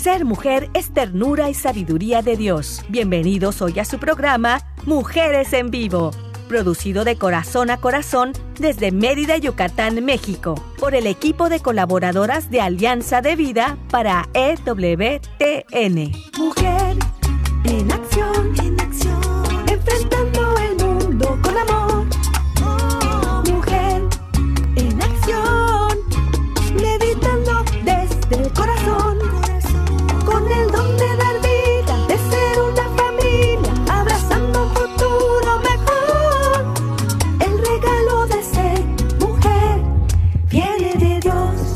Ser mujer es ternura y sabiduría de Dios. Bienvenidos hoy a su programa Mujeres en Vivo, producido de corazón a corazón desde Mérida, Yucatán, México, por el equipo de colaboradoras de Alianza de Vida para EWTN. Mujer en acción, enfrentando el mundo con amor. Mujer en acción, meditando desde el corazón, con el don de dar vida, de ser una familia, abrazando un futuro mejor. El regalo de ser mujer viene de Dios.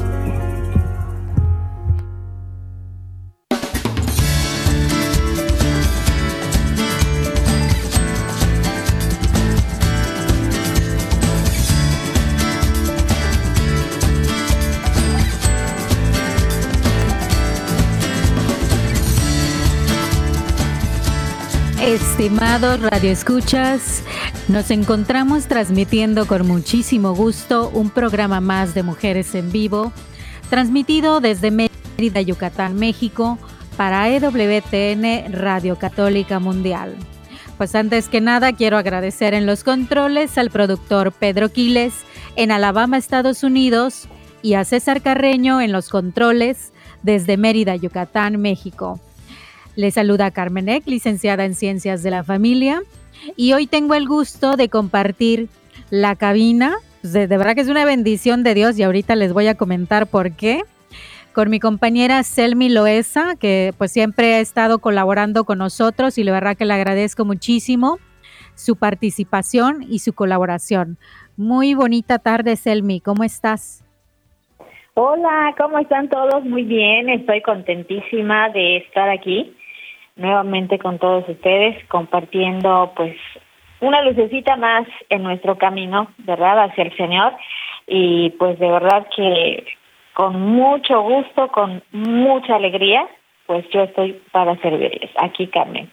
Estimados radioescuchas, nos encontramos transmitiendo con muchísimo gusto un programa más de Mujeres en Vivo, transmitido desde Mérida, Yucatán, México, para EWTN Radio Católica Mundial. Pues antes que nada quiero agradecer en los controles al productor Pedro Quiles en Alabama, Estados Unidos, y a César Carreño en los controles desde Mérida, Yucatán, México. Les saluda Carmen Eck, licenciada en Ciencias de la Familia, y hoy tengo el gusto de compartir la cabina. De verdad que es una bendición de Dios y ahorita les voy a comentar por qué, con mi compañera Selmi Loesa, que pues siempre ha estado colaborando con nosotros y la verdad que le agradezco muchísimo su participación y su colaboración. Muy bonita tarde, Selmi, ¿cómo estás? Hola, ¿cómo están todos? Muy bien, estoy contentísima de estar aquí nuevamente con todos ustedes, compartiendo pues una lucecita más en nuestro camino, ¿verdad?, hacia el Señor, y pues de verdad que con mucho gusto, con mucha alegría, pues yo estoy para servirles. Aquí, Carmen.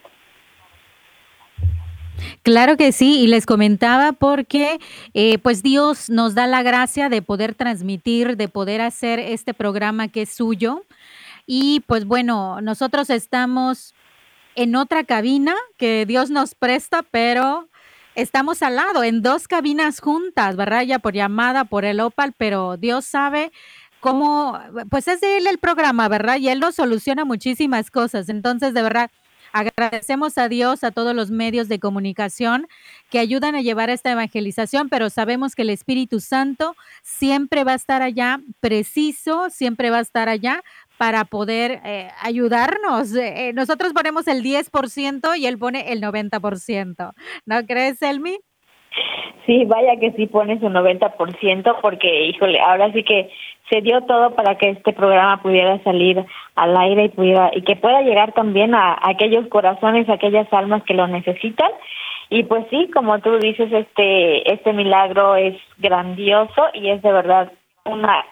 Claro que sí, y les comentaba porque pues Dios nos da la gracia de poder transmitir, de poder hacer este programa que es suyo, y pues bueno, nosotros estamos en otra cabina que Dios nos presta, pero estamos al lado, en dos cabinas juntas, ¿verdad? Ya por llamada, por el Opal, pero Dios sabe cómo, pues es de Él el programa, ¿verdad? Y Él nos soluciona muchísimas cosas. Entonces, de verdad, agradecemos a Dios, a todos los medios de comunicación que ayudan a llevar esta evangelización, pero sabemos que el Espíritu Santo siempre va a estar allá preciso, siempre va a estar allá para poder ayudarnos. Nosotros ponemos el 10% y Él pone el 90%. ¿No crees, Selmi? Sí, vaya que sí pones un 90%, porque, híjole, ahora sí que se dio todo para que este programa pudiera salir al aire y que pueda llegar también a aquellos corazones, a aquellas almas que lo necesitan. Y pues sí, como tú dices, este milagro es grandioso y es de verdad una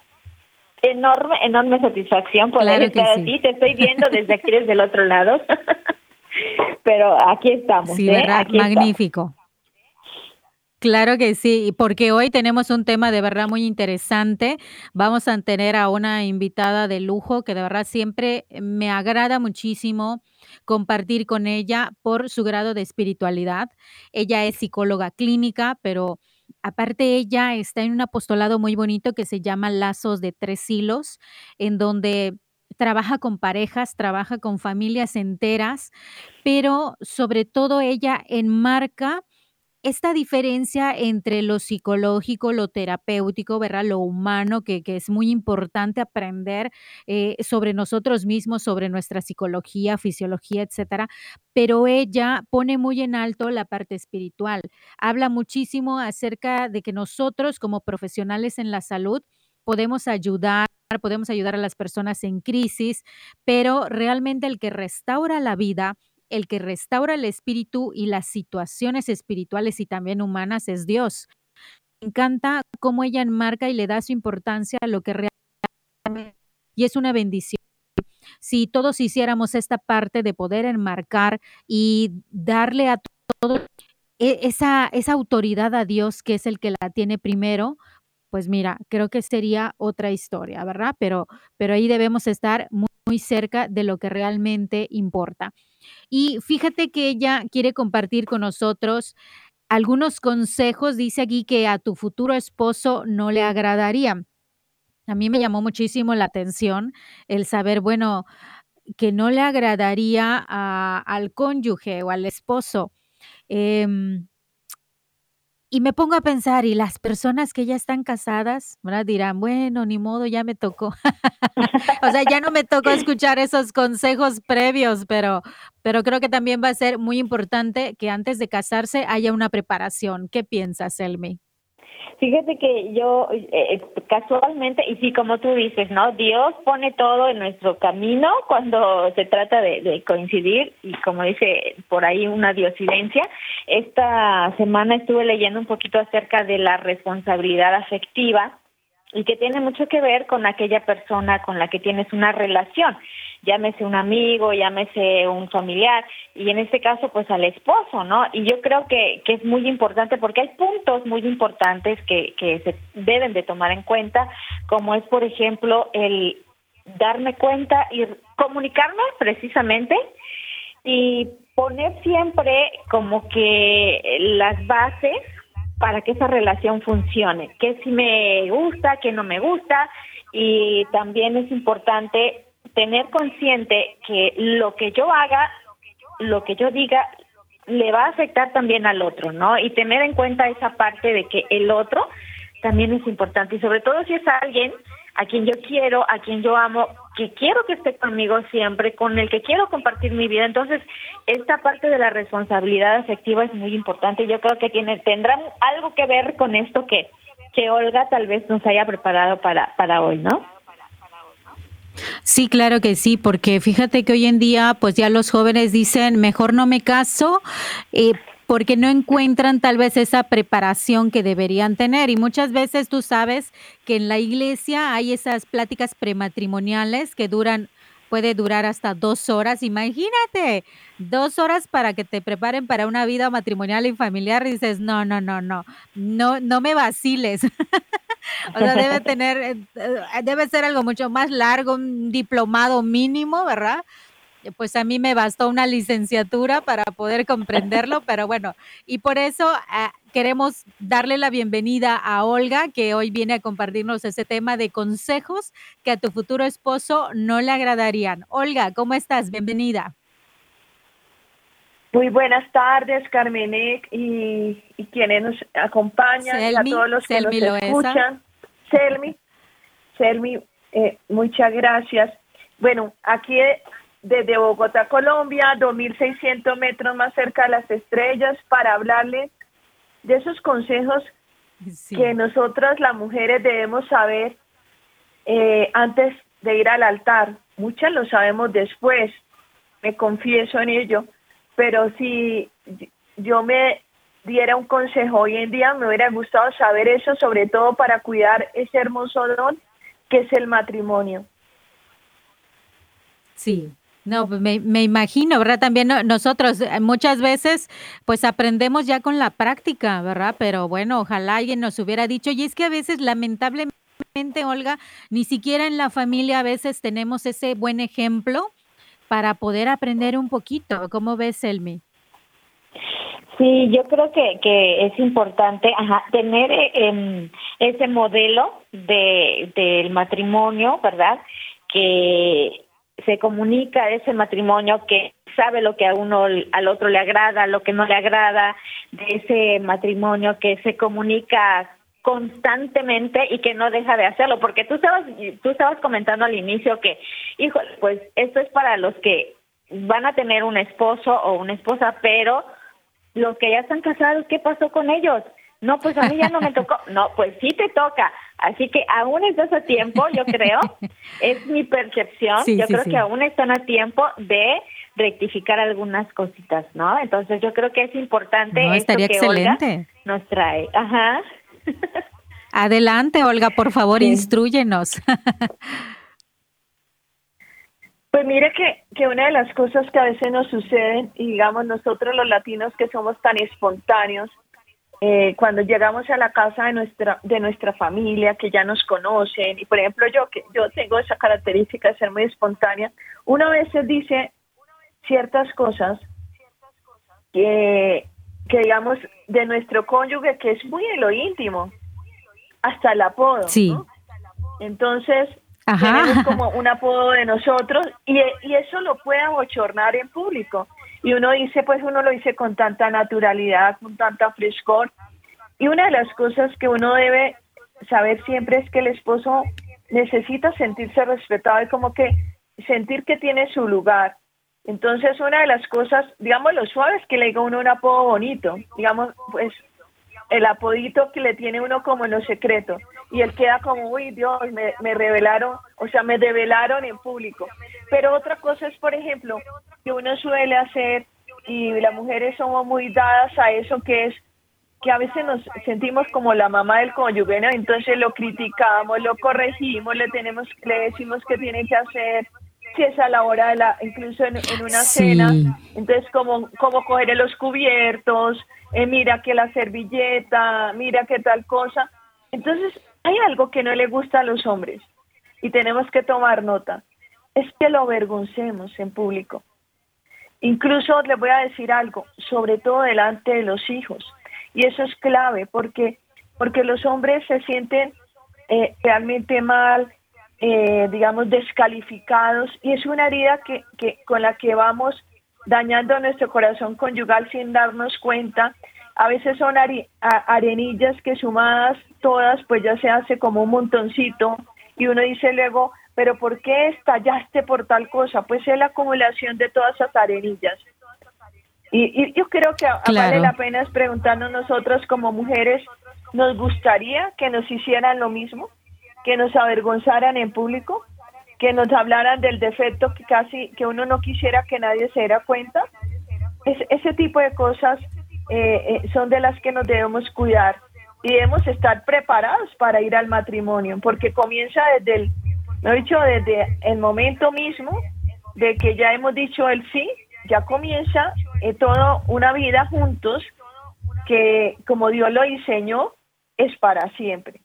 enorme satisfacción poder estar así. Te estoy viendo desde aquí, desde el otro lado. Pero aquí estamos. Sí, ¿verdad? Aquí magnífico. Estamos. Claro que sí, porque hoy tenemos un tema de verdad muy interesante. Vamos a tener a una invitada de lujo que de verdad siempre me agrada muchísimo compartir con ella por su grado de espiritualidad. Ella es psicóloga clínica, pero aparte ella está en un apostolado muy bonito que se llama Lazos de Tres Hilos, en donde trabaja con parejas, trabaja con familias enteras, pero sobre todo ella enmarca esta diferencia entre lo psicológico, lo terapéutico, ¿verdad? Lo humano, que es muy importante aprender sobre nosotros mismos, sobre nuestra psicología, fisiología, etcétera. Pero ella pone muy en alto la parte espiritual. Habla muchísimo acerca de que nosotros, como profesionales en la salud, podemos ayudar a las personas en crisis, pero realmente el que restaura la vida, el que restaura el espíritu y las situaciones espirituales y también humanas es Dios. Me encanta cómo ella enmarca y le da su importancia a lo que realmente y es una bendición. Si todos hiciéramos esta parte de poder enmarcar y darle a todo esa autoridad a Dios, que es el que la tiene primero, pues mira, creo que sería otra historia, ¿verdad? Pero ahí debemos estar muy muy cerca de lo que realmente importa. Y fíjate que ella quiere compartir con nosotros algunos consejos, dice aquí que a tu futuro esposo no le agradarían. A mí me llamó muchísimo la atención el saber, bueno, que no le agradaría al cónyuge o al esposo. Em, y me pongo a pensar, y las personas que ya están casadas, ¿verdad? Dirán, bueno, ni modo, ya me tocó. O sea, ya no me tocó escuchar esos consejos previos, pero creo que también va a ser muy importante que antes de casarse haya una preparación. ¿Qué piensas, Elmi? Fíjate que yo casualmente, y sí, como tú dices, ¿no? Dios pone todo en nuestro camino cuando se trata de coincidir y como dice por ahí una diosidencia. Esta semana estuve leyendo un poquito acerca de la responsabilidad afectiva y que tiene mucho que ver con aquella persona con la que tienes una relación, llámese un amigo, llámese un familiar, y en este caso pues al esposo, ¿no? Y yo creo que es muy importante porque hay puntos muy importantes que se deben de tomar en cuenta, como es por ejemplo el darme cuenta y comunicarme precisamente y poner siempre como que las bases para que esa relación funcione, que si me gusta, que no me gusta, y también es importante tener consciente que lo que yo haga, lo que yo diga, le va a afectar también al otro, ¿no? Y tener en cuenta esa parte de que el otro también es importante, y sobre todo si es alguien a quien yo quiero, a quien yo amo, que quiero que esté conmigo siempre, con el que quiero compartir mi vida. Entonces, esta parte de la responsabilidad afectiva es muy importante. Yo creo que tendrá algo que ver con esto que Olga tal vez nos haya preparado para hoy, ¿no? Sí, claro que sí, porque fíjate que hoy en día, pues ya los jóvenes dicen, mejor no me caso, porque no encuentran tal vez esa preparación que deberían tener. Y muchas veces tú sabes que en la iglesia hay esas pláticas prematrimoniales que puede durar hasta 2 horas. Imagínate, 2 horas para que te preparen para una vida matrimonial y familiar. Y dices, no, no, no, no, no, no me vaciles. O sea, debe ser algo mucho más largo, un diplomado mínimo, ¿verdad? Pues a mí me bastó una licenciatura para poder comprenderlo, pero bueno, y por eso queremos darle la bienvenida a Olga, que hoy viene a compartirnos ese tema de consejos que a tu futuro esposo no le agradarían. Olga, ¿cómo estás? Bienvenida. Muy buenas tardes, Carmenek, y quienes nos acompañan, Selmi, y a todos los que Selmi nos escuchan. Selmi, muchas gracias. Bueno, aquí desde Bogotá, Colombia, 2.600 metros más cerca de las estrellas, para hablarles de esos consejos que nosotras las mujeres debemos saber antes de ir al altar. Muchas lo sabemos después, me confieso en ello, pero si yo me diera un consejo hoy en día, me hubiera gustado saber eso, sobre todo para cuidar ese hermoso don que es el matrimonio. Sí. No, pues me imagino, ¿verdad? También nosotros muchas veces pues aprendemos ya con la práctica, ¿verdad? Pero bueno, ojalá alguien nos hubiera dicho, y es que a veces lamentablemente, Olga, ni siquiera en la familia a veces tenemos ese buen ejemplo para poder aprender un poquito. ¿Cómo ves, Selmi? Sí, yo creo que es importante tener ese modelo del matrimonio, ¿verdad? Que se comunica ese matrimonio, que sabe lo que al otro le agrada, lo que no le agrada, de ese matrimonio que se comunica constantemente y que no deja de hacerlo, porque tú estabas comentando al inicio que, híjole, pues esto es para los que van a tener un esposo o una esposa, pero los que ya están casados, ¿qué pasó con ellos? No, pues a mí ya no me tocó. No, pues sí te toca. Así que aún estás a tiempo, yo creo, es mi percepción, yo creo que aún están a tiempo de rectificar algunas cositas, ¿no? Entonces yo creo que es importante esto estaría que excelente. Olga nos trae. Ajá. Adelante, Olga, por favor, instrúyenos. Pues mire que una de las cosas que a veces nos suceden, y digamos nosotros los latinos que somos tan espontáneos, cuando llegamos a la casa de nuestra familia, que ya nos conocen, y por ejemplo yo tengo esa característica de ser muy espontánea, uno a veces dice ciertas cosas que digamos de nuestro cónyuge, que es muy en lo íntimo, hasta el apodo, Sí. ¿no? Entonces Ajá. tenemos como un apodo de nosotros y eso lo puede abochornar en público. Y uno dice, pues uno lo dice con tanta naturalidad, con tanta frescor. Y una de las cosas que uno debe saber siempre es que el esposo necesita sentirse respetado y como que sentir que tiene su lugar. Entonces, una de las cosas, digamos, lo suave es que le diga uno un apodo bonito, digamos, pues el apodito que le tiene uno como en lo secreto, y él queda como, uy, Dios, me revelaron, o sea, me develaron en público. Pero otra cosa es, por ejemplo, que uno suele hacer, y las mujeres somos muy dadas a eso, que es que a veces nos sentimos como la mamá del cónyuge, ¿no? Entonces lo criticamos, lo corregimos, le decimos qué tiene que hacer, si es a la hora incluso en una cena, Sí. entonces como coger los cubiertos, mira que la servilleta, mira que tal cosa. Entonces hay algo que no le gusta a los hombres y tenemos que tomar nota, es que lo avergoncemos en público. Incluso les voy a decir algo, sobre todo delante de los hijos, y eso es clave porque los hombres se sienten realmente mal, digamos, descalificados, y es una herida que con la que vamos dañando nuestro corazón conyugal sin darnos cuenta. A veces son arenillas que sumadas todas, pues ya se hace como un montoncito, y uno dice luego, pero ¿por qué estallaste por tal cosa? Pues es la acumulación de todas esas arenillas. Y yo creo que vale la pena es preguntarnos nosotros como mujeres, ¿nos gustaría que nos hicieran lo mismo? Que nos avergonzaran en público, que nos hablaran del defecto que uno no quisiera que nadie se diera cuenta. Ese tipo de cosas son de las que nos debemos cuidar y debemos estar preparados para ir al matrimonio, porque comienza desde el momento mismo de que ya hemos dicho el sí, ya comienza toda una vida juntos que, como Dios lo diseñó, es para siempre.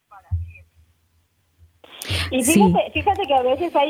Y fíjate que a veces hay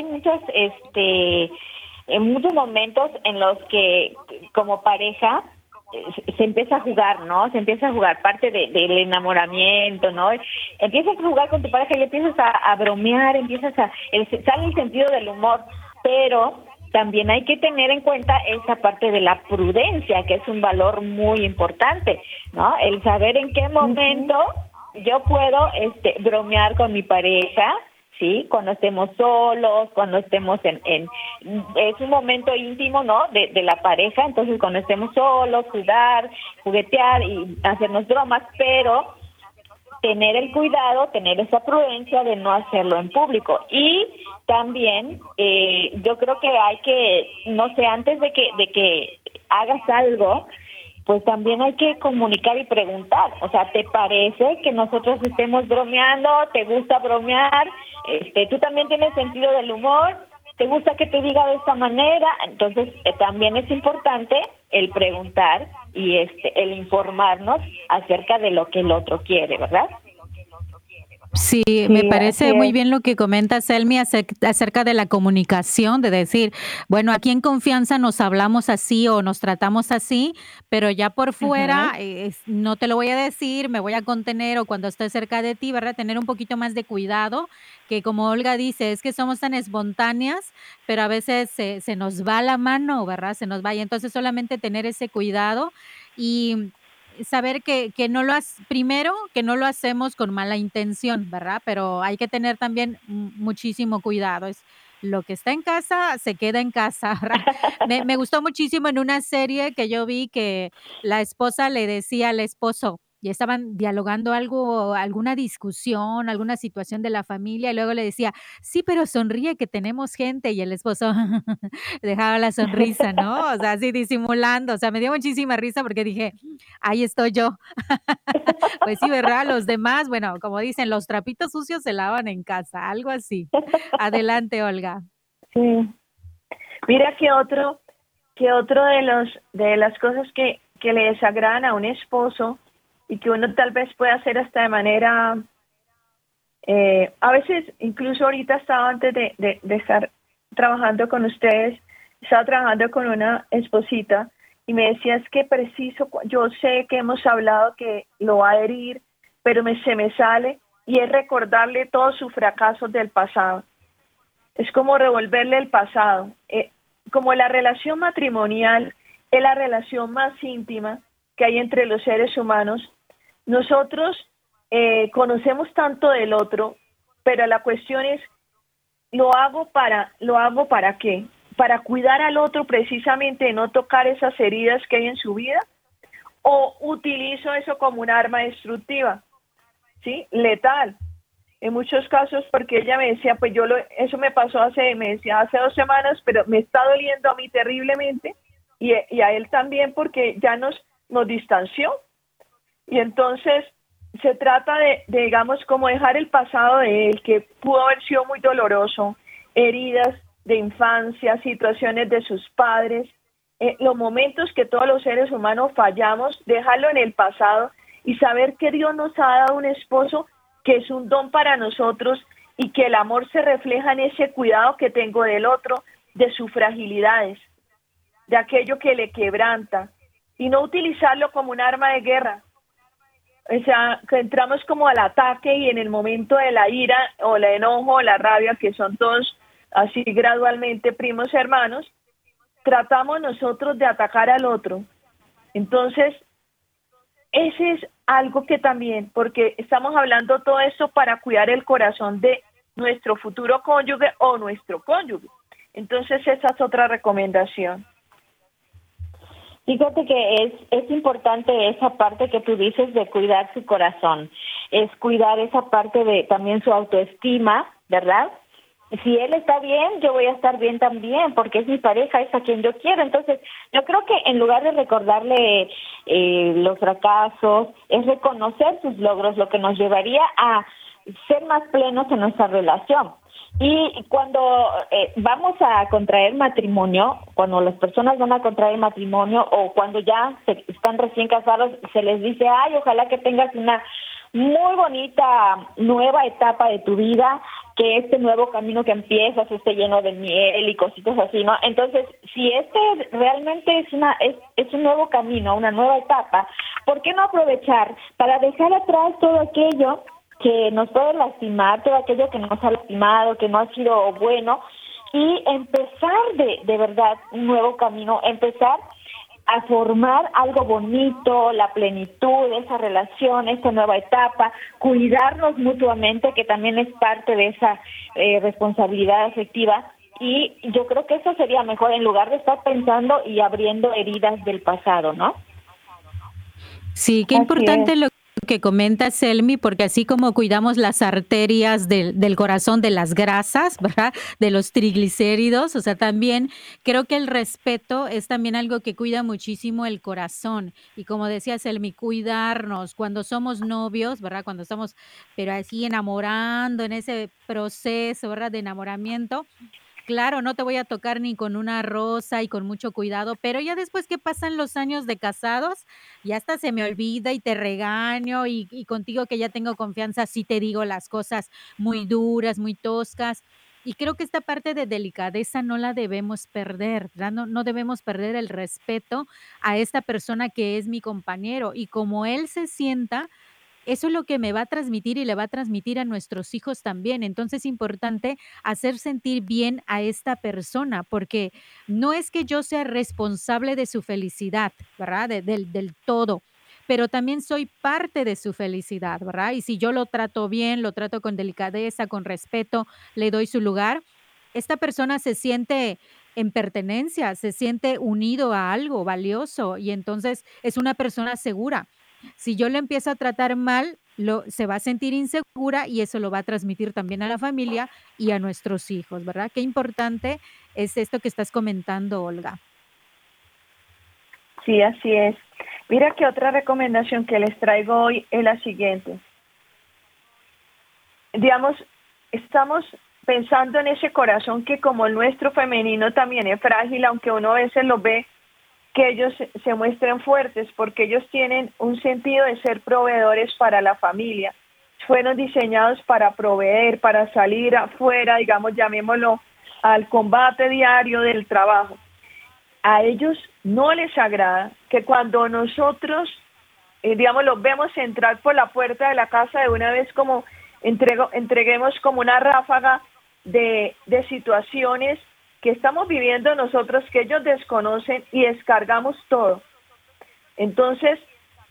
muchos momentos en los que como pareja se empieza a jugar, ¿no? Se empieza a jugar parte del enamoramiento, ¿no? Empiezas a jugar con tu pareja y empiezas a bromear, sale el sentido del humor, pero también hay que tener en cuenta esa parte de la prudencia, que es un valor muy importante, ¿no? El saber en qué momento yo puedo bromear con mi pareja, ¿sí? Cuando estemos solos, cuando estemos es un momento íntimo, ¿no? De la pareja, entonces cuando estemos solos, juguetear y hacernos bromas, pero tener el cuidado, tener esa prudencia de no hacerlo en público. Y también yo creo que hay que, no sé, antes de que hagas algo, pues también hay que comunicar y preguntar. O sea, ¿te parece que nosotros estemos bromeando? ¿Te gusta bromear? ¿Tú también tienes sentido del humor? ¿Te gusta que te diga de esta manera? Entonces, también es importante el preguntar y el informarnos acerca de lo que el otro quiere, ¿verdad? Sí, me parece muy bien lo que comenta Selmi acerca de la comunicación, de decir, bueno, aquí en confianza nos hablamos así o nos tratamos así, pero ya por fuera no te lo voy a decir, me voy a contener o cuando esté cerca de ti, ¿verdad? Tener un poquito más de cuidado, que como Olga dice, es que somos tan espontáneas, pero a veces se nos va la mano, ¿verdad? Se nos va y entonces solamente tener ese cuidado y saber que no primero, que no lo hacemos con mala intención, ¿verdad? Pero hay que tener también muchísimo cuidado. Es lo que está en casa, se queda en casa, ¿verdad? Me gustó muchísimo en una serie que yo vi que la esposa le decía al esposo, y estaban dialogando alguna discusión, alguna situación de la familia, y luego le decía, sí, pero sonríe que tenemos gente, y el esposo dejaba la sonrisa, ¿no? O sea, así disimulando, o sea, me dio muchísima risa porque dije, ahí estoy yo. Pues sí, ¿verdad? Los demás, bueno, como dicen, los trapitos sucios se lavan en casa, algo así. Adelante, Olga. Sí. Mira que otro de las cosas que le desagradan a un esposo y que uno tal vez pueda hacer hasta de manera, a veces, incluso ahorita estaba antes de estar trabajando con ustedes, estaba trabajando con una esposita y me decía, es que preciso, yo sé que hemos hablado que lo va a herir, pero se me sale, y es recordarle todos sus fracasos del pasado. Es como revolverle el pasado. Como la relación matrimonial es la relación más íntima que hay entre los seres humanos, nosotros conocemos tanto del otro, pero la cuestión es, ¿lo hago para qué? ¿Para cuidar al otro precisamente de no tocar esas heridas que hay en su vida? ¿O utilizo eso como un arma destructiva? ¿Sí? Letal. En muchos casos, porque ella me decía, pues eso me pasó hace 2 semanas, pero me está doliendo a mí terriblemente y a él también, porque ya nos distanció. Y entonces se trata de, digamos, como dejar el pasado de él, que pudo haber sido muy doloroso, heridas de infancia, situaciones de sus padres, los momentos que todos los seres humanos fallamos, dejarlo en el pasado y saber que Dios nos ha dado un esposo que es un don para nosotros y que el amor se refleja en ese cuidado que tengo del otro, de sus fragilidades, de aquello que le quebranta, y no utilizarlo como un arma de guerra. O sea, que entramos como al ataque y en el momento de la ira o el enojo o la rabia, que son todos así gradualmente primos hermanos, tratamos nosotros de atacar al otro. Entonces, ese es algo que también, porque estamos hablando todo esto para cuidar el corazón de nuestro futuro cónyuge o nuestro cónyuge. Entonces, esa es otra recomendación. Fíjate que es importante esa parte que tú dices de cuidar su corazón, es cuidar esa parte de también su autoestima, ¿verdad? Si él está bien, yo voy a estar bien también, porque es mi pareja, es a quien yo quiero. Entonces, yo creo que en lugar de recordarle los fracasos, es reconocer sus logros, lo que nos llevaría a ser más plenos en nuestra relación. Y cuando vamos a contraer matrimonio, cuando las personas van a contraer matrimonio o cuando ya están recién casados, se les dice, ay, ojalá que tengas una muy bonita nueva etapa de tu vida, que este nuevo camino que empiezas esté lleno de miel y cositas así, ¿no? Entonces, si este realmente es un nuevo camino, una nueva etapa, ¿por qué no aprovechar para dejar atrás todo aquello que nos puede lastimar, todo aquello que nos ha lastimado, que no ha sido bueno, y empezar de verdad un nuevo camino, empezar a formar algo bonito, la plenitud de esa relación, esta nueva etapa, cuidarnos mutuamente, que también es parte de esa responsabilidad afectiva, y yo creo que eso sería mejor en lugar de estar pensando y abriendo heridas del pasado, ¿no? Sí, qué importante lo que comenta Selmi, porque así como cuidamos las arterias del corazón, de las grasas, ¿verdad? De los triglicéridos, o sea, también creo que el respeto es también algo que cuida muchísimo el corazón. Y como decía Selmi, cuidarnos cuando somos novios, ¿verdad? Cuando estamos, pero así enamorando, en ese proceso, ¿verdad? De enamoramiento. Claro, no te voy a tocar ni con una rosa y con mucho cuidado, pero ya después que pasan los años de casados, ya hasta se me olvida y te regaño y contigo que ya tengo confianza, sí te digo las cosas muy duras, muy toscas. Y creo que esta parte de delicadeza no la debemos perder, ¿verdad? No debemos perder el respeto a esta persona que es mi compañero y como él se sienta, eso es lo que me va a transmitir y le va a transmitir a nuestros hijos también. Entonces es importante hacer sentir bien a esta persona, porque no es que yo sea responsable de su felicidad, ¿verdad? Del todo, pero también soy parte de su felicidad, ¿verdad? Y si yo lo trato bien, lo trato con delicadeza, con respeto, le doy su lugar, esta persona se siente en pertenencia, se siente unido a algo valioso y entonces es una persona segura. Si yo le empiezo a tratar mal, se va a sentir insegura y eso lo va a transmitir también a la familia y a nuestros hijos, ¿verdad? Qué importante es esto que estás comentando, Olga. Sí, así es. Mira que otra recomendación que les traigo hoy es la siguiente. Digamos, estamos pensando en ese corazón que como el nuestro femenino también es frágil, aunque uno a veces lo ve que ellos se muestren fuertes, porque ellos tienen un sentido de ser proveedores para la familia. Fueron diseñados para proveer, para salir afuera, digamos, llamémoslo, al combate diario del trabajo. A ellos no les agrada que cuando nosotros, digamos, los vemos entrar por la puerta de la casa de una vez, como entreguemos como una ráfaga de situaciones que estamos viviendo nosotros, que ellos desconocen, y descargamos todo. Entonces,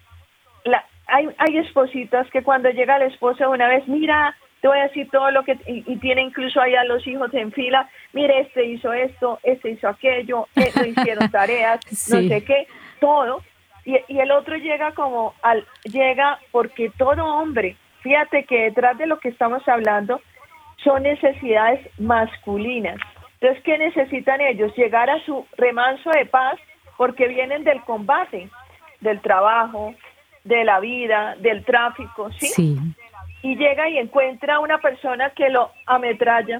hay espositas que cuando llega el esposo de una vez, mira, te voy a decir todo lo que, y tiene incluso ahí a los hijos en fila, mire, este hizo esto, este hizo aquello, no hicieron tareas, sí, no sé qué, todo, y el otro llega llega porque todo hombre, fíjate que detrás de lo que estamos hablando son necesidades masculinas. Entonces, ¿qué necesitan ellos? Llegar a su remanso de paz, porque vienen del combate, del trabajo, de la vida, del tráfico, ¿sí? Sí. Y llega y encuentra a una persona que lo ametralla,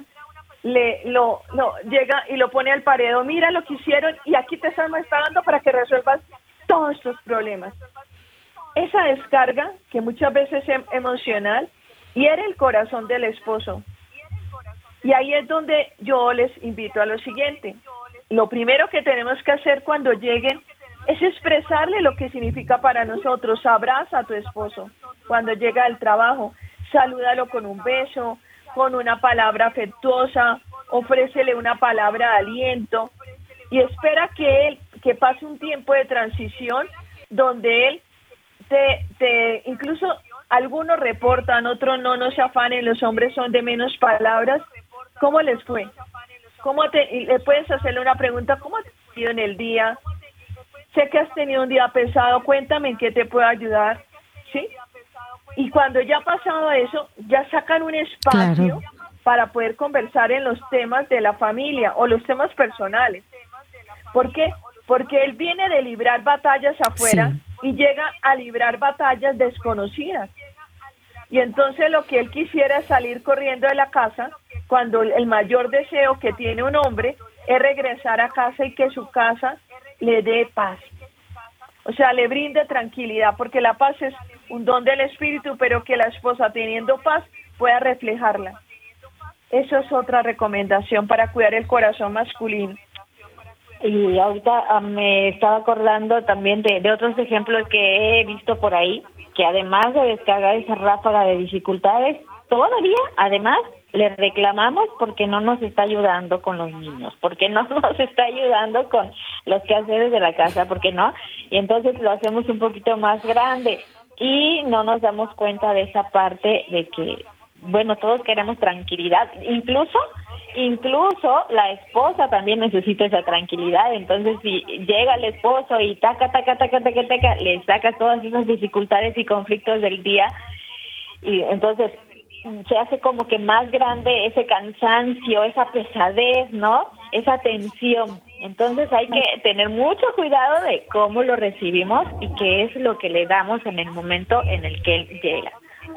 llega y lo pone al paredón, mira lo que hicieron y aquí te está dando para que resuelvas todos estos problemas. Esa descarga, que muchas veces es emocional, hiere el corazón del esposo. Y ahí es donde yo les invito a lo siguiente. Lo primero que tenemos que hacer cuando lleguen es expresarle lo que significa para nosotros. Abraza a tu esposo cuando llega al trabajo, salúdalo con un beso, con una palabra afectuosa, ofrécele una palabra de aliento y espera que pase un tiempo de transición donde él incluso algunos reportan, otros no se afanen, los hombres son de menos palabras. ¿Cómo les fue? Le puedes hacerle una pregunta, ¿cómo te ha ido en el día? Sé que has tenido un día pesado, cuéntame en qué te puedo ayudar, ¿sí? Y cuando ya ha pasado eso, ya sacan un espacio para poder conversar en los temas de la familia o los temas personales. ¿Por qué? Porque él viene de librar batallas afuera y llega a librar batallas desconocidas. Y entonces lo que él quisiera es salir corriendo de la casa, cuando el mayor deseo que tiene un hombre es regresar a casa y que su casa le dé paz. O sea, le brinde tranquilidad, porque la paz es un don del espíritu, pero que la esposa, teniendo paz, pueda reflejarla. Eso es otra recomendación para cuidar el corazón masculino. Y ahorita me estaba acordando también de otros ejemplos que he visto por ahí, que además de descargar esa ráfaga de dificultades, todavía, además, le reclamamos porque no nos está ayudando con los niños, porque no nos está ayudando con los quehaceres de la casa, porque no, y entonces lo hacemos un poquito más grande y no nos damos cuenta de esa parte de que, bueno, todos queremos tranquilidad, incluso la esposa también necesita esa tranquilidad. Entonces si llega el esposo y taca, le saca todas esas dificultades y conflictos del día, y entonces se hace como que más grande ese cansancio, esa pesadez, ¿no? Esa tensión. Entonces hay que tener mucho cuidado de cómo lo recibimos y qué es lo que le damos en el momento en el que él llega.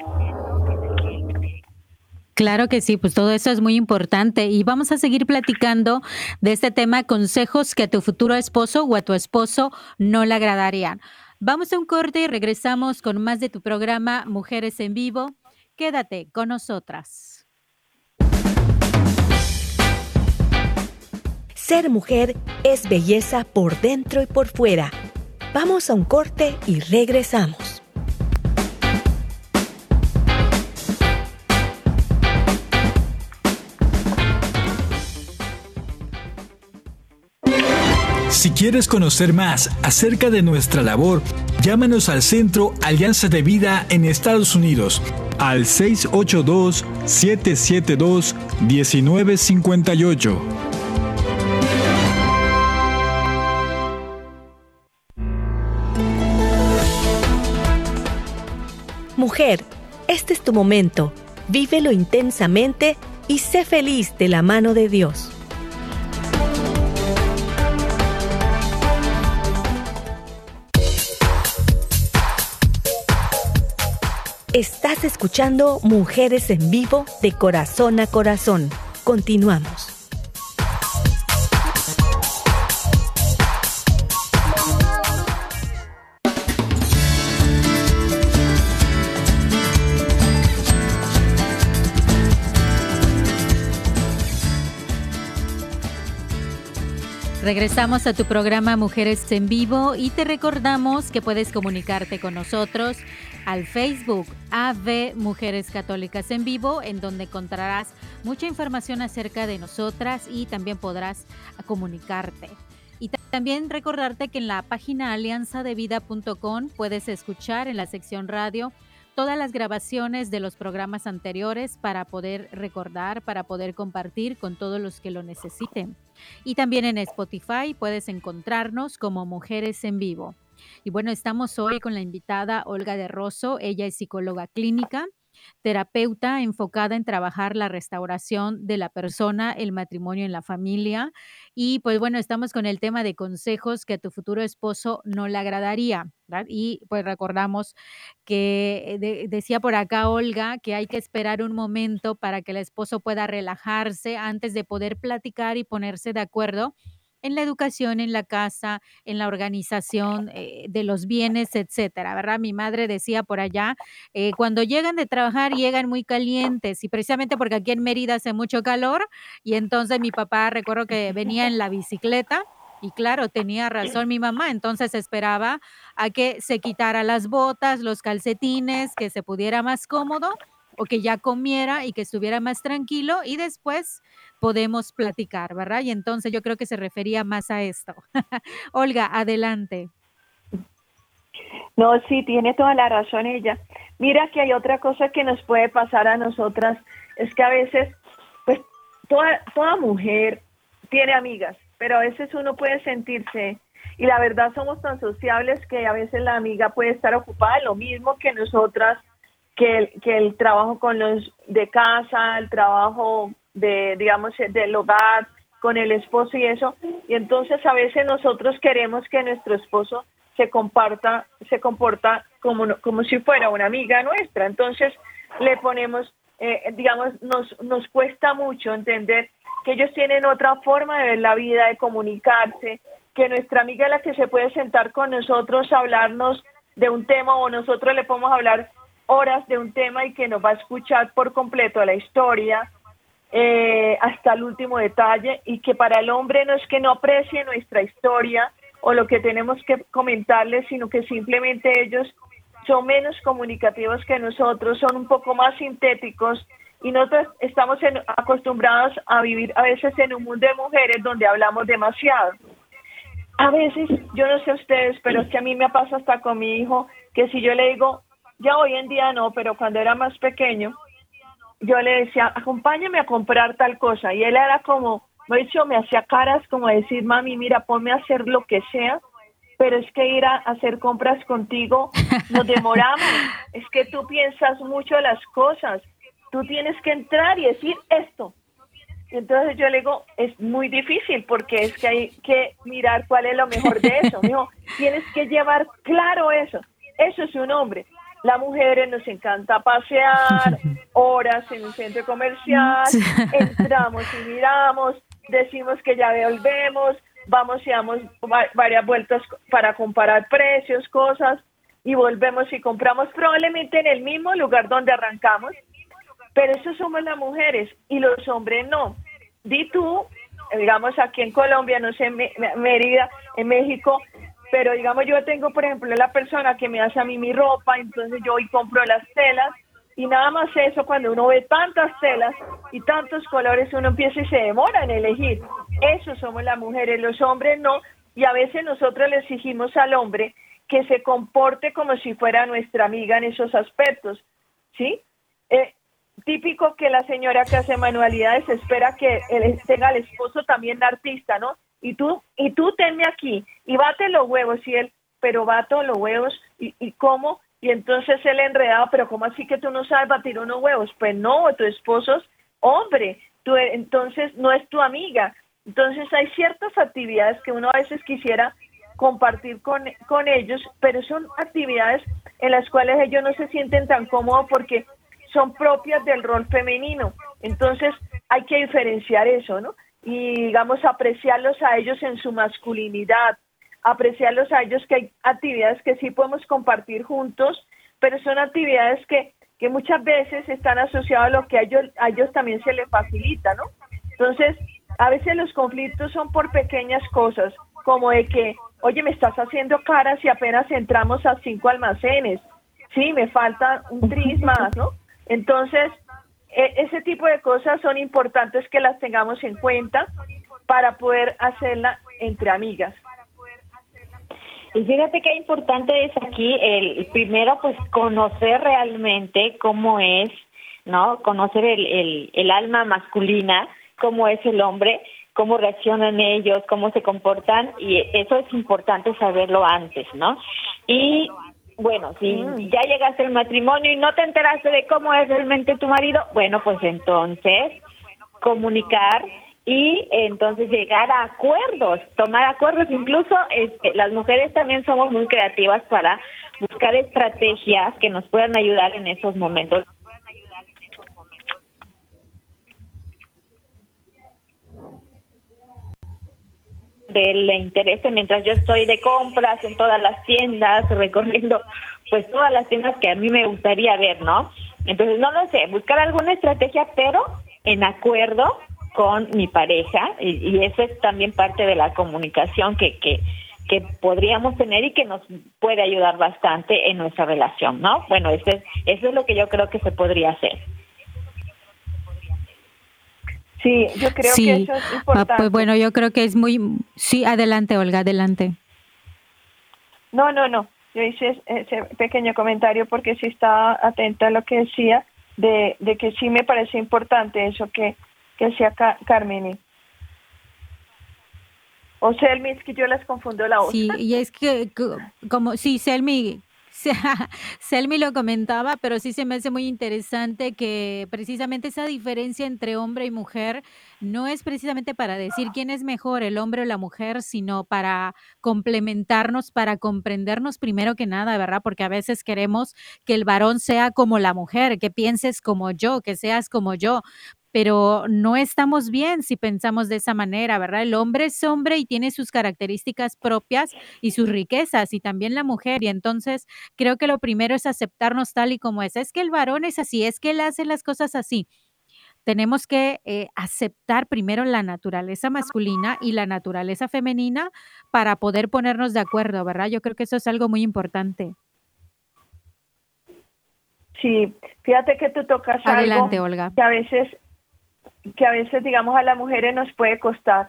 Claro que sí, pues todo eso es muy importante y vamos a seguir platicando de este tema, consejos que a tu futuro esposo o a tu esposo no le agradarían. Vamos a un corte y regresamos con más de tu programa Mujeres en Vivo. Quédate con nosotras. Ser mujer es belleza por dentro y por fuera. Vamos a un corte y regresamos. Si quieres conocer más acerca de nuestra labor, llámanos al Centro Alianza de Vida en Estados Unidos al 682-772-1958. Mujer, este es tu momento. Vívelo intensamente y sé feliz de la mano de Dios. Estás escuchando Mujeres en Vivo de Corazón a Corazón. Continuamos. Regresamos a tu programa Mujeres en Vivo y te recordamos que puedes comunicarte con nosotros al Facebook AV Mujeres Católicas en Vivo, en donde encontrarás mucha información acerca de nosotras y también podrás comunicarte. Y también recordarte que en la página alianzadevida.com puedes escuchar en la sección radio todas las grabaciones de los programas anteriores para poder recordar, para poder compartir con todos los que lo necesiten. Y también en Spotify puedes encontrarnos como Mujeres en Vivo. Y bueno, estamos hoy con la invitada Olga de Rosso. Ella es psicóloga clínica, terapeuta enfocada en trabajar la restauración de la persona, el matrimonio en la familia. Y pues bueno, estamos con el tema de consejos que a tu futuro esposo no le agradaría, ¿verdad? Y pues recordamos que decía por acá Olga que hay que esperar un momento para que el esposo pueda relajarse antes de poder platicar y ponerse de acuerdo en la educación, en la casa, en la organización de los bienes, etcétera, ¿verdad? Mi madre decía por allá, cuando llegan de trabajar llegan muy calientes y precisamente porque aquí en Mérida hace mucho calor y entonces mi papá recuerdo que venía en la bicicleta y claro, tenía razón mi mamá, entonces esperaba a que se quitara las botas, los calcetines, que se pudiera más cómodo o que ya comiera y que estuviera más tranquilo y después podemos platicar, ¿verdad? Y entonces yo creo que se refería más a esto. Olga, adelante. No, sí, tiene toda la razón ella. Mira que hay otra cosa que nos puede pasar a nosotras, es que a veces, pues, toda mujer tiene amigas, pero a veces uno puede sentirse, y la verdad somos tan sociables que a veces la amiga puede estar ocupada en lo mismo que nosotras, que el trabajo con los de casa, el trabajo digamos, del hogar, con el esposo y eso, y entonces a veces nosotros queremos que nuestro esposo se comporta como si fuera una amiga nuestra, entonces le ponemos, digamos, nos cuesta mucho entender que ellos tienen otra forma de ver la vida, de comunicarse, que nuestra amiga es la que se puede sentar con nosotros a hablarnos de un tema o nosotros le podemos hablar horas de un tema y que nos va a escuchar por completo la historia, hasta el último detalle, y que para el hombre no es que no aprecie nuestra historia o lo que tenemos que comentarles, sino que simplemente ellos son menos comunicativos que nosotros, son un poco más sintéticos y nosotros estamos acostumbrados a vivir a veces en un mundo de mujeres donde hablamos demasiado. A veces, yo no sé ustedes, pero es que a mí me pasa hasta con mi hijo, que si yo le digo, ya hoy en día no, pero cuando era más pequeño, yo le decía, acompáñame a comprar tal cosa, y él era como, me hacía caras como decir, mami, mira, ponme a hacer lo que sea, pero es que ir a hacer compras contigo nos demoramos, es que tú piensas mucho las cosas, tú tienes que entrar y decir esto. Entonces yo le digo, es muy difícil porque es que hay que mirar cuál es lo mejor de eso. Me dijo, tienes que llevar claro eso. Eso es un hombre. Las mujeres nos encanta pasear, horas en un centro comercial, entramos y miramos, decimos que ya volvemos, vamos y damos varias vueltas para comparar precios, cosas, y volvemos y compramos probablemente en el mismo lugar donde arrancamos, pero eso somos las mujeres y los hombres no. Di tú, digamos aquí en Colombia, no sé, en Mérida, en México, pero digamos yo tengo, por ejemplo, la persona que me hace a mí mi ropa, entonces yo voy y compro las telas, y nada más eso, cuando uno ve tantas telas y tantos colores, uno empieza y se demora en elegir. Eso somos las mujeres, los hombres no, y a veces nosotros le exigimos al hombre que se comporte como si fuera nuestra amiga en esos aspectos, ¿sí? Típico que la señora que hace manualidades espera que él tenga al esposo también artista, ¿no? Y tú tenme aquí, y bate los huevos, y él, pero bato los huevos, ¿y cómo? Y entonces él enredado, pero ¿cómo así que tú no sabes batir unos huevos? Pues no, tu esposo es hombre, entonces no es tu amiga. Entonces hay ciertas actividades que uno a veces quisiera compartir con ellos, pero son actividades en las cuales ellos no se sienten tan cómodos porque son propias del rol femenino. Entonces hay que diferenciar eso, ¿no? Y digamos apreciarlos a ellos en su masculinidad, apreciarlos a ellos que hay actividades que sí podemos compartir juntos, pero son actividades que muchas veces están asociadas a lo que a ellos también se les facilita, ¿no? Entonces A veces los conflictos son por pequeñas cosas, como de que, oye, me estás haciendo caras y apenas entramos a 5 almacenes. Sí, me falta un tris más, ¿no? Entonces, ese tipo de cosas son importantes que las tengamos en cuenta para poder hacerla entre amigas. Y fíjate qué importante es aquí el primero, pues conocer realmente cómo es, ¿no? Conocer el alma masculina, cómo es el hombre, cómo reaccionan ellos, cómo se comportan, y eso es importante saberlo antes, ¿no? Y bueno, si ya llegaste al matrimonio y no te enteraste de cómo es realmente tu marido, bueno, pues entonces comunicar y entonces llegar a acuerdos, tomar acuerdos. Incluso las mujeres también somos muy creativas para buscar estrategias que nos puedan ayudar en esos momentos. Del interés mientras yo estoy de compras en todas las tiendas, recorriendo pues todas las tiendas que a mí me gustaría ver, ¿no? Entonces, no lo sé, buscar alguna estrategia, pero en acuerdo con mi pareja, y eso es también parte de la comunicación que podríamos tener y que nos puede ayudar bastante en nuestra relación, ¿no? Bueno, eso es lo que yo creo que se podría hacer. Sí, yo creo que eso es importante. Pues bueno, yo creo que es muy... Sí, adelante, Olga, adelante. No. Yo hice ese pequeño comentario porque sí estaba atenta a lo que decía, de que sí me parece importante eso que decía Carmen. O Selmi, es que yo las confundo la voz. Sí, y es que como... Sí, Selmi lo comentaba, pero sí se me hace muy interesante que precisamente esa diferencia entre hombre y mujer no es precisamente para decir quién es mejor, el hombre o la mujer, sino para complementarnos, para comprendernos primero que nada, ¿verdad? Porque a veces queremos que el varón sea como la mujer, que pienses como yo, que seas como yo. Pero no estamos bien si pensamos de esa manera, ¿verdad? El hombre es hombre y tiene sus características propias y sus riquezas, y también la mujer. Y entonces creo que lo primero es aceptarnos tal y como es. Es que el varón es así, es que él hace las cosas así. Tenemos que aceptar primero la naturaleza masculina y la naturaleza femenina para poder ponernos de acuerdo, ¿verdad? Yo creo que eso es algo muy importante. Sí, fíjate que tú tocas Adelante, algo Olga. que a veces, digamos, a las mujeres nos puede costar,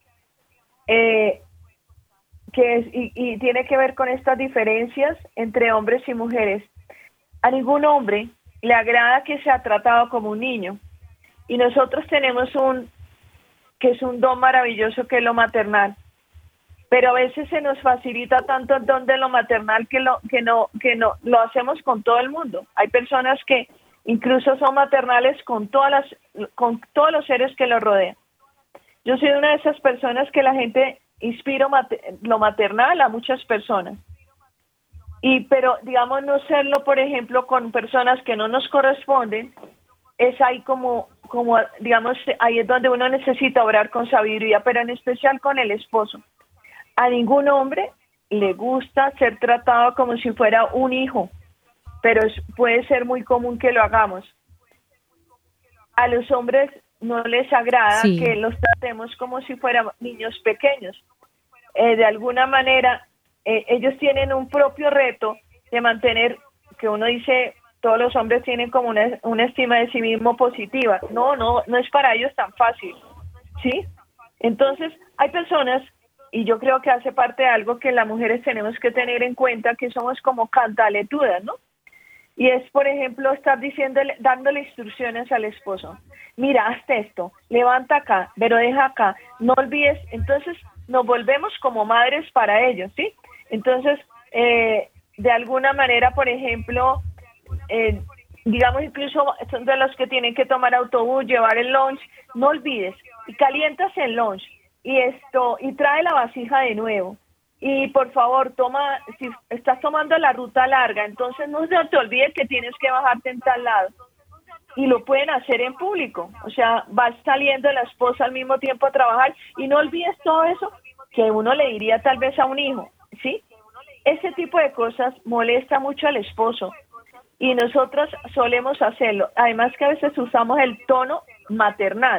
y tiene que ver con estas diferencias entre hombres y mujeres. A ningún hombre le agrada que sea tratado como un niño, y nosotros tenemos que es un don maravilloso, que es lo maternal, pero a veces se nos facilita tanto el don de lo maternal que no lo hacemos con todo el mundo. Hay personas que incluso son maternales con todos los seres que los rodean. Yo soy una de esas personas que la gente inspiro lo maternal a muchas personas. Pero digamos, no serlo, por ejemplo, con personas que no nos corresponden, es ahí como digamos, ahí es donde uno necesita obrar con sabiduría, pero en especial con el esposo. A ningún hombre le gusta ser tratado como si fuera un hijo, pero puede ser muy común que lo hagamos. A los hombres no les agrada que los tratemos como si fueran niños pequeños. De alguna manera, ellos tienen un propio reto de mantener, que uno dice, todos los hombres tienen como una estima de sí mismo positiva. No es para ellos tan fácil, ¿sí? Entonces, hay personas, y yo creo que hace parte de algo que las mujeres tenemos que tener en cuenta, que somos como cantaletudas, ¿no? Y es, por ejemplo, estar dándole instrucciones al esposo. Mira, haz esto, levanta acá, pero deja acá, no olvides. Entonces nos volvemos como madres para ellos, ¿sí? Entonces, de alguna manera, por ejemplo, digamos, incluso son de los que tienen que tomar autobús, llevar el lunch, no olvides, y calientas el lunch, y trae la vasija de nuevo. Y por favor, si estás tomando la ruta larga, entonces no se te olvide que tienes que bajarte en tal lado. Y lo pueden hacer en público. O sea, va saliendo la esposa al mismo tiempo a trabajar, y no olvides todo eso que uno le diría tal vez a un hijo, ¿sí? Ese tipo de cosas molesta mucho al esposo, y nosotros solemos hacerlo. Además que a veces usamos el tono maternal.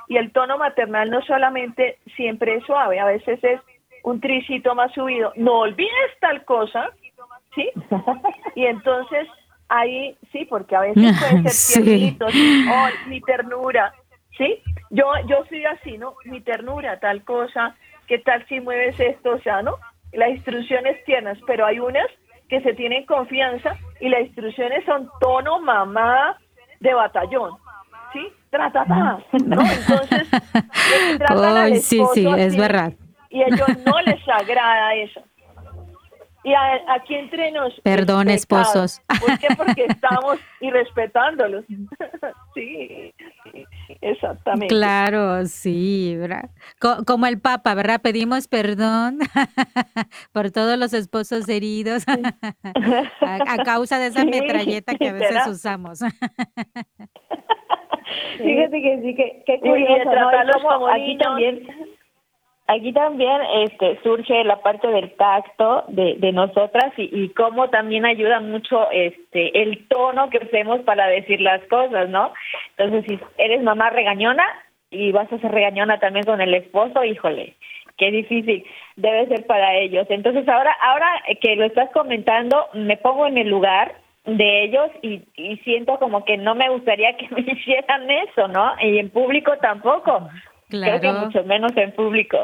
Y el tono maternal no solamente siempre es suave, a veces es un tricito más subido. No olvides tal cosa, ¿sí? Y entonces ahí, sí, porque a veces puede ser tiernito, ¿sí? Oh, mi ternura, ¿sí? Yo soy así, ¿no? Mi ternura, tal cosa, ¿qué tal si mueves esto? O sea, ¿no? Las instrucciones tiernas, pero hay unas que se tienen confianza y las instrucciones son tono mamá de batallón, ¿sí? Tratata, ¿no? Entonces, tratan al esposo sí, así, es verdad. y a ellos no les agrada eso. Y aquí entre nos... Perdón, esposos. ¿Por qué? Porque estamos irrespetándolos. Sí, exactamente. Claro, sí, ¿verdad? Como el Papa, ¿verdad? Pedimos perdón por todos los esposos heridos a causa de esa Sí, metralleta que a veces literal. usamos. Fíjate que sí, que Y de curioso, ¿no? Y tratarlos cómo como aquí niños. también surge la parte del tacto de nosotras y cómo también ayuda mucho el tono que usemos para decir las cosas, ¿no? Entonces, si eres mamá regañona y vas a ser regañona también con el esposo, híjole, qué difícil debe ser para ellos. Entonces, ahora que lo estás comentando, me pongo en el lugar de ellos y siento como que no me gustaría que me hicieran eso, ¿no? Y en público tampoco. Creo que Claro. mucho menos en público.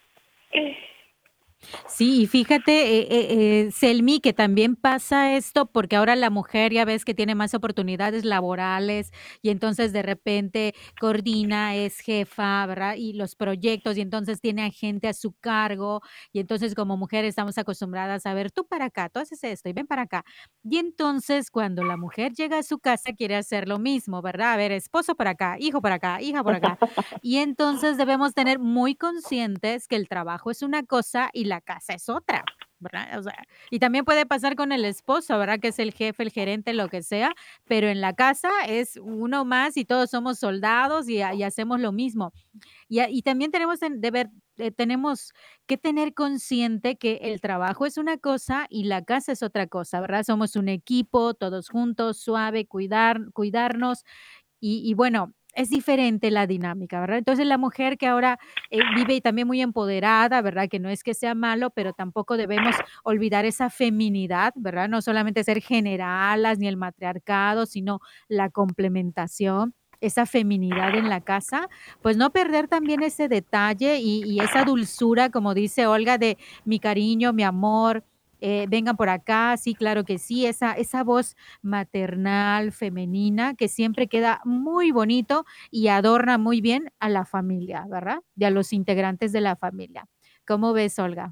Sí, y fíjate, Selmi, que también pasa esto porque ahora la mujer ya ves que tiene más oportunidades laborales y entonces de repente coordina, es jefa, ¿verdad? Y los proyectos y entonces tiene a gente a su cargo y entonces como mujer estamos acostumbradas a ver, tú para acá, tú haces esto y ven para acá. Y entonces cuando la mujer llega a su casa quiere hacer lo mismo, ¿verdad? A ver, esposo para acá, hijo para acá, hija por acá. Y entonces debemos tener muy conscientes que el trabajo es una cosa y la casa es otra, ¿verdad? O sea, y también puede pasar con el esposo, ¿verdad? Que es el jefe, el gerente, lo que sea, pero en la casa es uno más y todos somos soldados y hacemos lo mismo. Y también tenemos que tener consciente que el trabajo es una cosa y la casa es otra cosa, ¿verdad? Somos un equipo, todos juntos, suave, cuidarnos y bueno, es diferente la dinámica, ¿verdad? Entonces, la mujer que ahora, vive y también muy empoderada, ¿verdad? Que no es que sea malo, pero tampoco debemos olvidar esa feminidad, ¿verdad? No solamente ser generalas ni el matriarcado, sino la complementación, esa feminidad en la casa, pues no perder también ese detalle y esa dulzura, como dice Olga, de mi cariño, mi amor, vengan por acá, sí, claro que sí, esa voz maternal, femenina, que siempre queda muy bonito y adorna muy bien a la familia, ¿verdad? Y a los integrantes de la familia. ¿Cómo ves, Olga?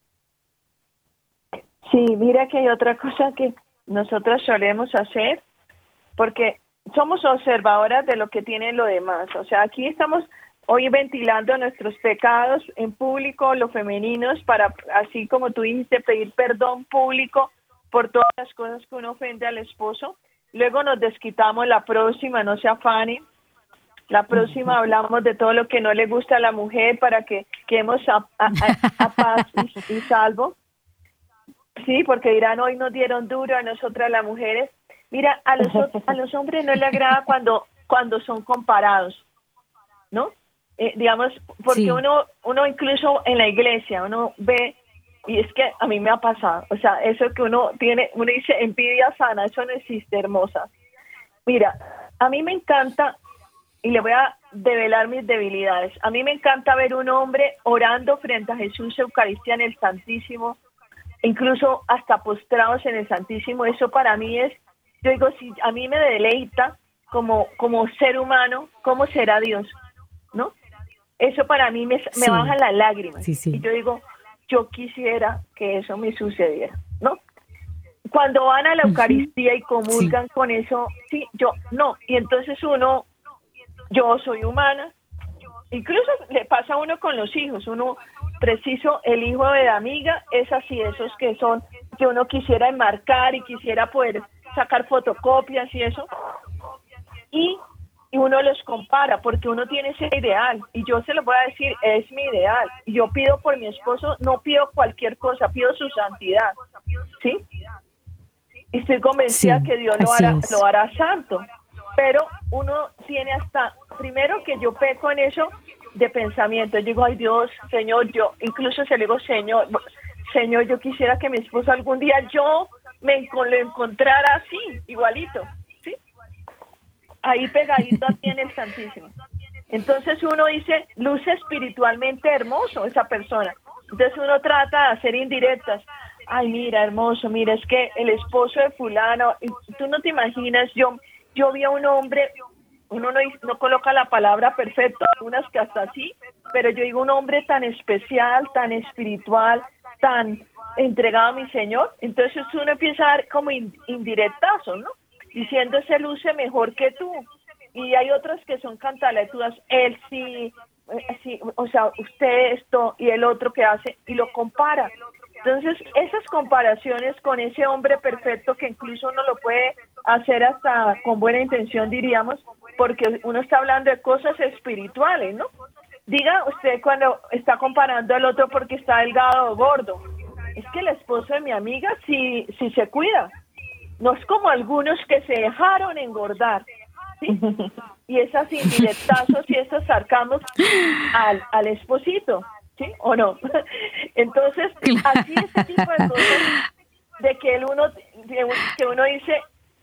Sí, mira que hay otra cosa que nosotros solemos hacer, porque somos observadoras de lo que tienen los demás. O sea, aquí estamos hoy ventilando nuestros pecados en público, los femeninos, para, así como tú dijiste, pedir perdón público por todas las cosas que uno ofende al esposo. Luego nos desquitamos la próxima, no se afanen. La próxima hablamos de todo lo que no le gusta a la mujer para que quedemos a paz y salvo. Sí, porque dirán, hoy nos dieron duro a nosotras las mujeres. Mira, a los hombres no les agrada cuando son comparados, ¿no? Digamos, porque Sí. uno incluso en la iglesia, uno ve, y es que a mí me ha pasado, o sea, eso que uno dice envidia sana, eso no existe, hermosa. Mira, a mí me encanta, y le voy a develar mis debilidades, a mí me encanta ver un hombre orando frente a Jesús, Eucaristía en el Santísimo, incluso hasta postrados en el Santísimo. Eso para mí es, yo digo, si a mí me deleita como ser humano, ¿cómo será Dios? ¿No? Eso para mí me Sí. baja las lágrimas. Sí, sí. Y yo digo, yo quisiera que eso me sucediera, ¿no? Cuando van a la Eucaristía y comulgan con eso, sí, yo no. Y entonces yo soy humana. Incluso le pasa a uno con los hijos. Uno, preciso, el hijo de la amiga es así, esos que uno quisiera enmarcar y quisiera poder sacar fotocopias y eso. Y uno los compara porque uno tiene ese ideal. Y yo se lo voy a decir, es mi ideal. Y yo pido por mi esposo, no pido cualquier cosa, pido su santidad. ¿Sí? Y estoy convencida Sí, que Dios así es. lo hará santo. Pero uno tiene hasta primero que yo peco en eso de pensamiento. Yo digo, ay Dios, Señor, yo incluso se le digo, Señor, yo quisiera que mi esposo algún día yo lo encontrara así, igualito, ¿sí? Ahí pegadito aquí en el Santísimo. Entonces uno dice, luce espiritualmente hermoso esa persona. Entonces uno trata de hacer indirectas. Ay, mira, hermoso, mira, es que el esposo de fulano, y tú no te imaginas, yo vi a un hombre, uno no coloca la palabra perfecto, algunas que hasta sí, pero yo digo un hombre tan especial, tan espiritual, tan entregado a mi Señor. Entonces uno empieza a dar como indirectazos, ¿no? Diciendo, ese luce mejor que tú. Y hay otras que son cantaletudas, él sí, o sea, usted esto y el otro que hace, y lo compara. Entonces, esas comparaciones con ese hombre perfecto, que incluso uno lo puede hacer hasta con buena intención, diríamos, porque uno está hablando de cosas espirituales, ¿no? Diga usted cuando está comparando al otro porque está delgado o gordo, es que el esposo de mi amiga sí se cuida. No es como algunos que se dejaron engordar, ¿sí? Y esas indirectazos y esos sarcamos al esposito, ¿sí? ¿O no? Entonces, así ese tipo de cosas de que uno dice,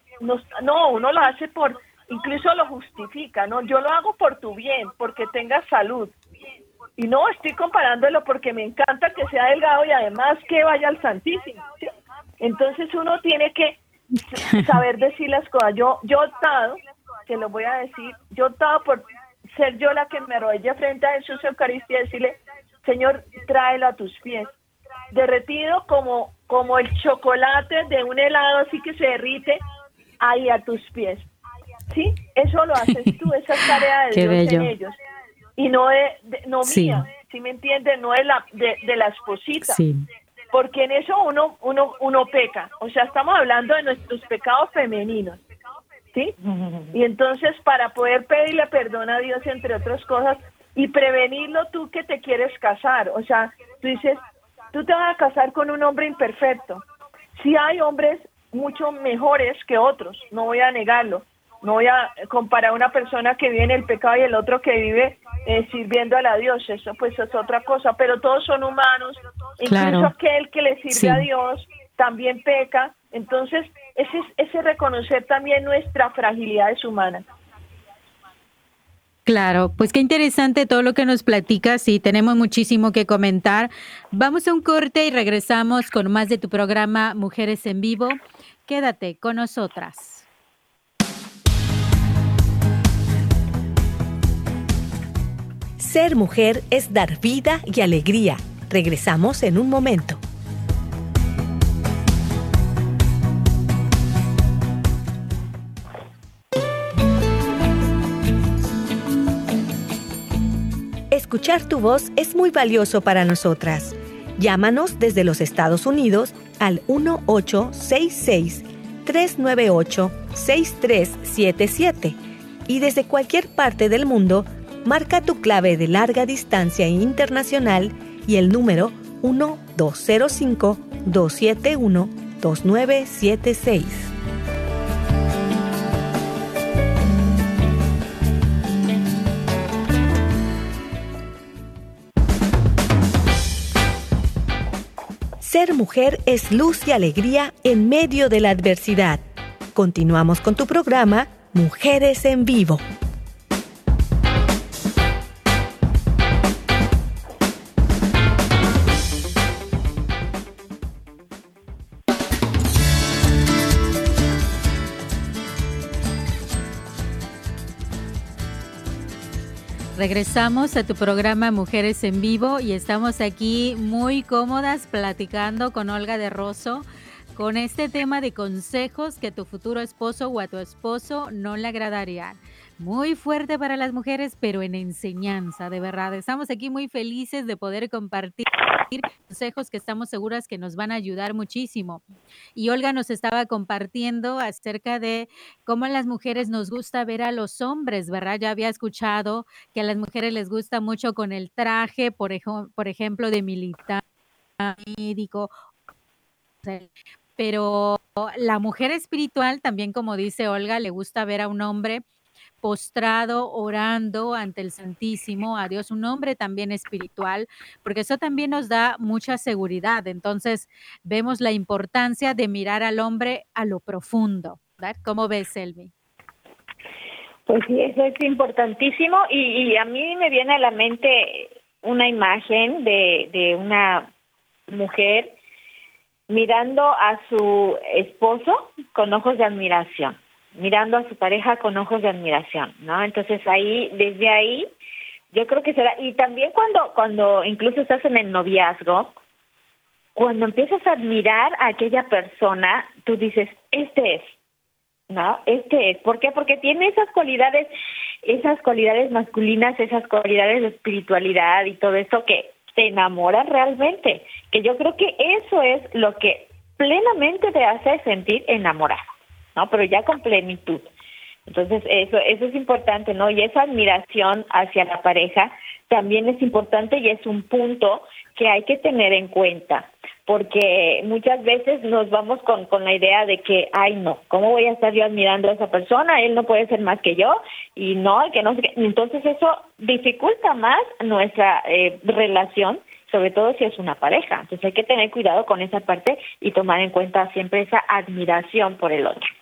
no, uno lo hace incluso lo justifica, ¿no? Yo lo hago por tu bien, porque tengas salud. Y no estoy comparándolo porque me encanta que sea delgado y además que vaya al Santísimo, ¿sí? Entonces uno tiene que saber decir las cosas. Yo he optado, que lo voy a decir, yo he optado por ser yo la que me arrodille frente a Jesús Eucaristía y decirle, Señor, tráelo a tus pies, derretido como el chocolate de un helado así que se derrite, ahí a tus pies, ¿sí? Eso lo haces tú, esa es tarea de Qué Dios bello. en ellos, y no no Sí. mía, ¿sí me entiendes? No de la esposita. Sí. Porque en eso uno peca, o sea, estamos hablando de nuestros pecados femeninos, ¿sí? Y entonces para poder pedirle perdón a Dios, entre otras cosas, y prevenirlo tú que te quieres casar, o sea, tú dices, tú te vas a casar con un hombre imperfecto. Sí hay hombres mucho mejores que otros, no voy a negarlo, no voy a comparar una persona que vive en el pecado y el otro que vive sirviendo a Dios, eso pues es otra cosa, pero todos son humanos, incluso Claro. aquel que le sirve Sí. a Dios también peca. Entonces ese reconocer también nuestra fragilidad es humana. Claro, pues qué interesante todo lo que nos platicas y tenemos muchísimo que comentar. Vamos a un corte y regresamos con más de tu programa Mujeres en Vivo. Quédate con nosotras. Ser mujer es dar vida y alegría. Regresamos en un momento. Escuchar tu voz es muy valioso para nosotras. Llámanos desde los Estados Unidos al 1866-398-6377 y desde cualquier parte del mundo, marca tu clave de larga distancia internacional y el número 1205-271-2976. Ser mujer es luz y alegría en medio de la adversidad. Continuamos con tu programa Mujeres en Vivo. Regresamos a tu programa Mujeres en Vivo y estamos aquí muy cómodas platicando con Olga de Rosso con este tema de consejos que a tu futuro esposo o a tu esposo no le agradarían. Muy fuerte para las mujeres, pero en enseñanza, de verdad. Estamos aquí muy felices de poder compartir consejos que estamos seguras que nos van a ayudar muchísimo. Y Olga nos estaba compartiendo acerca de cómo a las mujeres nos gusta ver a los hombres, ¿verdad? Ya había escuchado que a las mujeres les gusta mucho con el traje, por ejemplo, de militar, médico, pero la mujer espiritual también, como dice Olga, le gusta ver a un hombre postrado, orando ante el Santísimo, a Dios, un hombre también espiritual, porque eso también nos da mucha seguridad. Entonces, vemos la importancia de mirar al hombre a lo profundo, ¿verdad? ¿Cómo ves, Selvi? Pues sí, eso es importantísimo y a mí me viene a la mente una imagen de una mujer mirando a su esposo con ojos de admiración, mirando a su pareja con ojos de admiración, ¿no? Entonces desde ahí, yo creo que será, y también cuando incluso estás en el noviazgo, cuando empiezas a admirar a aquella persona, tú dices, este es, ¿no? ¿Por qué? Porque tiene esas cualidades masculinas, esas cualidades de espiritualidad y todo esto que te enamora realmente, que yo creo que eso es lo que plenamente te hace sentir enamorado, ¿no? Pero ya con plenitud. Entonces eso es importante, ¿no? Y esa admiración hacia la pareja también es importante y es un punto que hay que tener en cuenta, porque muchas veces nos vamos con la idea de que, ay no, ¿cómo voy a estar yo admirando a esa persona? Él no puede ser más que yo, y no, que no sé qué. Entonces eso dificulta más nuestra relación, sobre todo si es una pareja. Entonces hay que tener cuidado con esa parte y tomar en cuenta siempre esa admiración por el otro.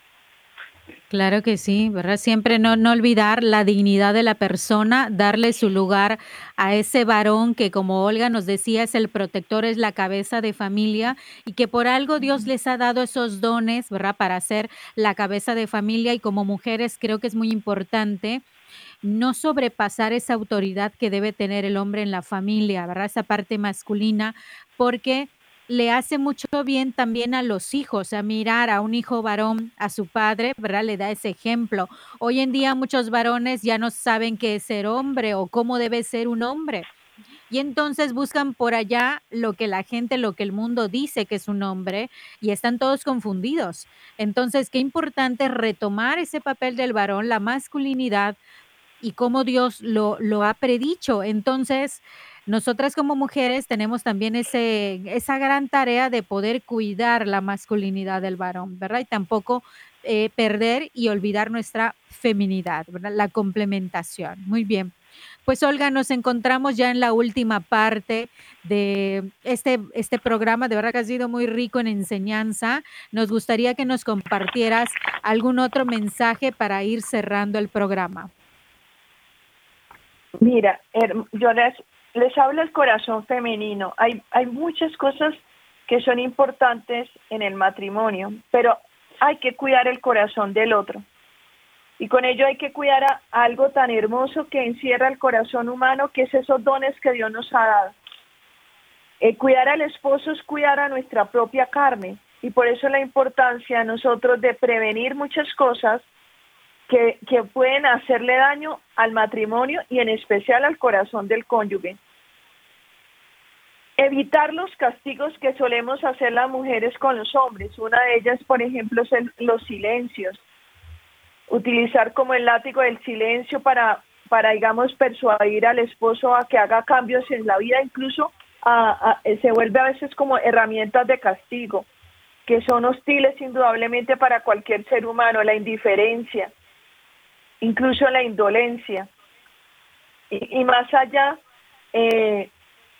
Claro que sí, ¿verdad? Siempre no olvidar la dignidad de la persona, darle su lugar a ese varón que, como Olga nos decía, es el protector, es la cabeza de familia y que por algo Dios les ha dado esos dones, ¿verdad? Para ser la cabeza de familia, y como mujeres creo que es muy importante no sobrepasar esa autoridad que debe tener el hombre en la familia, ¿verdad? Esa parte masculina, porque le hace mucho bien también a los hijos, a mirar a un hijo varón, a su padre, ¿verdad? Le da ese ejemplo. Hoy en día muchos varones ya no saben qué es ser hombre o cómo debe ser un hombre. Y entonces buscan por allá lo que la gente, lo que el mundo dice que es un hombre, y están todos confundidos. Entonces, qué importante retomar ese papel del varón, la masculinidad, y cómo Dios lo ha predicho. Entonces, nosotras como mujeres tenemos también esa gran tarea de poder cuidar la masculinidad del varón, ¿verdad? Y tampoco perder y olvidar nuestra feminidad, ¿verdad? La complementación. Muy bien. Pues Olga, nos encontramos ya en la última parte de este programa. De verdad que ha sido muy rico en enseñanza. Nos gustaría que nos compartieras algún otro mensaje para ir cerrando el programa. Mira, yo les hablo el corazón femenino. Hay muchas cosas que son importantes en el matrimonio, pero hay que cuidar el corazón del otro. Y con ello hay que cuidar a algo tan hermoso que encierra el corazón humano, que es esos dones que Dios nos ha dado. Cuidar al esposo es cuidar a nuestra propia carne, y por eso la importancia a nosotros de prevenir muchas cosas que pueden hacerle daño al matrimonio y en especial al corazón del cónyuge. Evitar los castigos que solemos hacer las mujeres con los hombres. Una de ellas, por ejemplo, es los silencios. Utilizar como el látigo del silencio para digamos, persuadir al esposo a que haga cambios en la vida, incluso se vuelve a veces como herramientas de castigo, que son hostiles indudablemente para cualquier ser humano. La indiferencia, incluso la indolencia, y más allá, el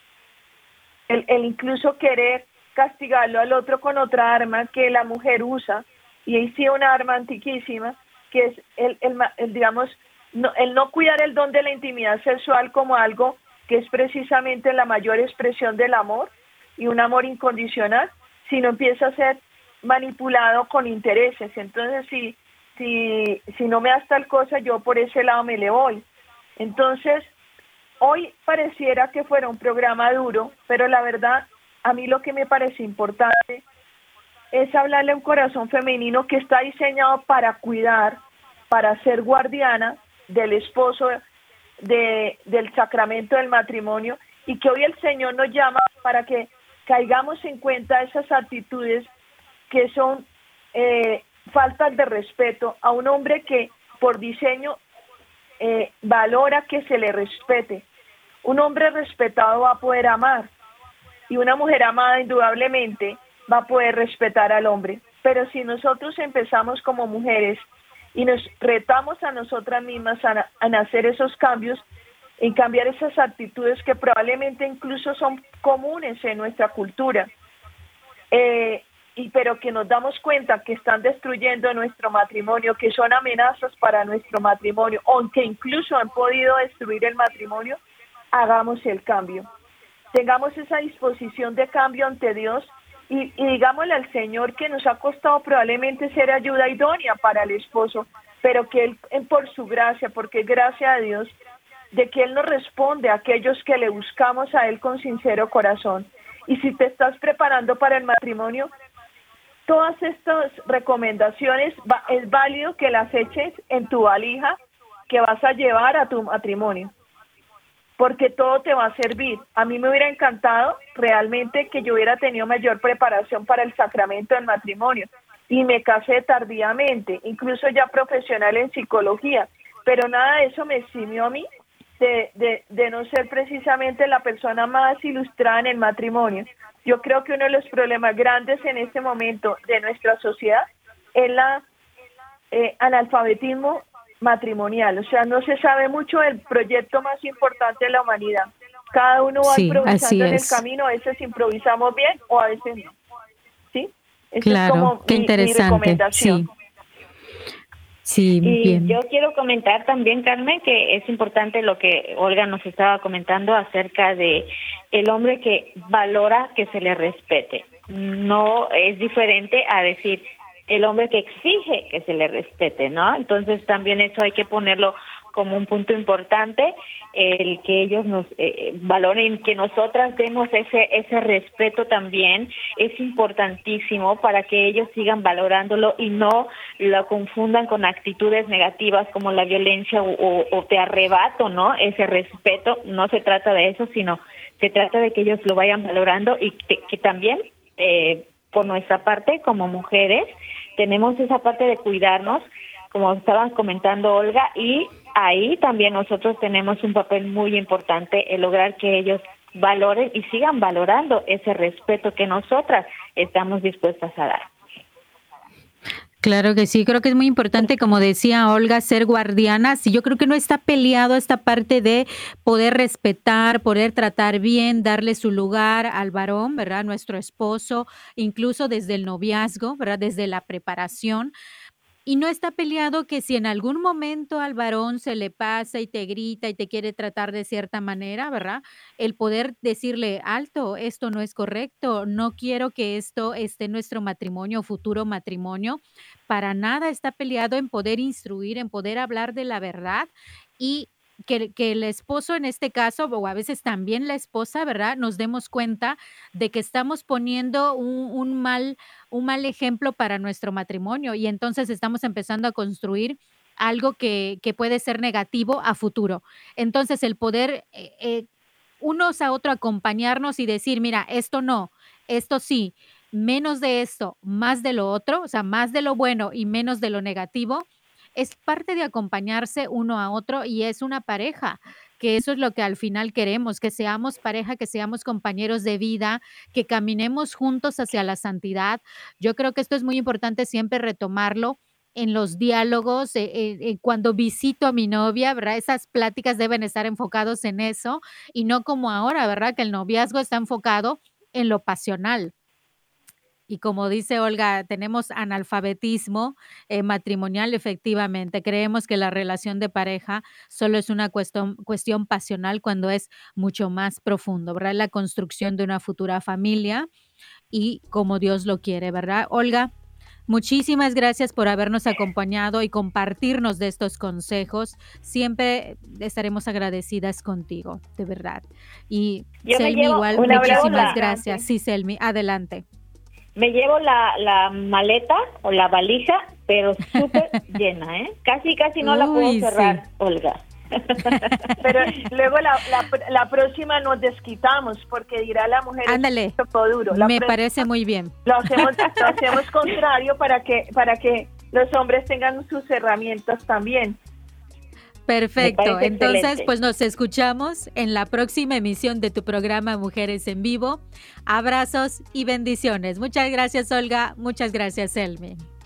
incluso querer castigarlo al otro con otra arma que la mujer usa, y ahí sí una arma antiquísima, que es el digamos, el no cuidar el don de la intimidad sexual como algo que es precisamente la mayor expresión del amor, y un amor incondicional, sino empieza a ser manipulado con intereses. Entonces, si no me das tal cosa, yo por ese lado me le voy. Entonces, hoy pareciera que fuera un programa duro, pero la verdad, a mí lo que me parece importante es hablarle a un corazón femenino que está diseñado para cuidar, para ser guardiana del esposo, del sacramento del matrimonio, y que hoy el Señor nos llama para que caigamos en cuenta esas actitudes que son faltas de respeto a un hombre que por diseño valora que se le respete. Un hombre respetado va a poder amar, y una mujer amada indudablemente va a poder respetar al hombre. Pero si nosotros empezamos como mujeres y nos retamos a nosotras mismas a hacer esos cambios, en cambiar esas actitudes que probablemente incluso son comunes en nuestra cultura, pero que nos damos cuenta que están destruyendo nuestro matrimonio, que son amenazas para nuestro matrimonio, o que incluso han podido destruir el matrimonio, hagamos el cambio. Tengamos esa disposición de cambio ante Dios y digámosle al Señor que nos ha costado probablemente ser ayuda idónea para el esposo, pero que Él, por su gracia, porque gracia a Dios, de que Él nos responde a aquellos que le buscamos a Él con sincero corazón. Y si te estás preparando para el matrimonio, todas estas recomendaciones es válido que las eches en tu valija que vas a llevar a tu matrimonio, porque todo te va a servir. A mí me hubiera encantado realmente que yo hubiera tenido mayor preparación para el sacramento del matrimonio, y me casé tardíamente, incluso ya profesional en psicología, pero nada de eso me eximió a mí de no ser precisamente la persona más ilustrada en el matrimonio. Yo creo que uno de los problemas grandes en este momento de nuestra sociedad es el analfabetismo matrimonial. O sea, no se sabe mucho del proyecto más importante de la humanidad. Cada uno va improvisando en el camino, a veces improvisamos bien o a veces no. ¿Sí? Esa claro, es como qué interesante. Mi recomendación. Sí. Sí, y bien. Yo quiero comentar también, Carmen, que es importante lo que Olga nos estaba comentando acerca de el hombre que valora que se le respete. No es diferente a decir el hombre que exige que se le respete, ¿no? Entonces también eso hay que ponerlo como un punto importante, el que ellos nos valoren, que nosotras demos ese respeto también es importantísimo para que ellos sigan valorándolo y no lo confundan con actitudes negativas como la violencia o te arrebato, ¿no? Ese respeto, no se trata de eso, sino se trata de que ellos lo vayan valorando y que también por nuestra parte como mujeres tenemos esa parte de cuidarnos, como estaban comentando Olga, y ahí también nosotros tenemos un papel muy importante en lograr que ellos valoren y sigan valorando ese respeto que nosotras estamos dispuestas a dar. Claro que sí, creo que es muy importante, como decía Olga, ser guardianas, y yo creo que no está peleado esta parte de poder respetar, poder tratar bien, darle su lugar al varón, ¿verdad? Nuestro esposo, incluso desde el noviazgo, ¿verdad? Desde la preparación. Y no está peleado que si en algún momento al varón se le pasa y te grita y te quiere tratar de cierta manera, ¿verdad? El poder decirle, alto, esto no es correcto, no quiero que esto esté en nuestro matrimonio, futuro matrimonio. Para nada está peleado en poder instruir, en poder hablar de la verdad y que el esposo en este caso, o a veces también la esposa, ¿verdad? Nos demos cuenta de que estamos poniendo un mal ejemplo para nuestro matrimonio y entonces estamos empezando a construir algo que puede ser negativo a futuro. Entonces el poder unos a otro acompañarnos y decir, mira, esto no, esto sí, menos de esto, más de lo otro, o sea, más de lo bueno y menos de lo negativo, es parte de acompañarse uno a otro y es una pareja, que eso es lo que al final queremos, que seamos pareja, que seamos compañeros de vida, que caminemos juntos hacia la santidad. Yo creo que esto es muy importante siempre retomarlo en los diálogos, cuando visito a mi novia, ¿verdad? Esas pláticas deben estar enfocados en eso y no como ahora, ¿verdad? Que el noviazgo está enfocado en lo pasional. Y como dice Olga, tenemos analfabetismo matrimonial, efectivamente. Creemos que la relación de pareja solo es una cuestión pasional cuando es mucho más profundo, ¿verdad? La construcción de una futura familia y como Dios lo quiere, ¿verdad? Olga, muchísimas gracias por habernos acompañado y compartirnos de estos consejos. Siempre estaremos agradecidas contigo, de verdad. Y Selmi, igual, muchísimas gracias. Sí, Selmi, adelante. Me llevo la maleta o la valija, pero súper llena, ¿eh? Casi no la puedo cerrar, sí. Olga. Pero luego la próxima nos desquitamos porque dirá la mujer, ándale, tocó duro. Me parece muy bien. Lo hacemos contrario para que los hombres tengan sus herramientas también. Perfecto, entonces excelente. Pues nos escuchamos en la próxima emisión de tu programa Mujeres en Vivo. Abrazos y bendiciones. Muchas gracias, Olga. Muchas gracias, Selmi.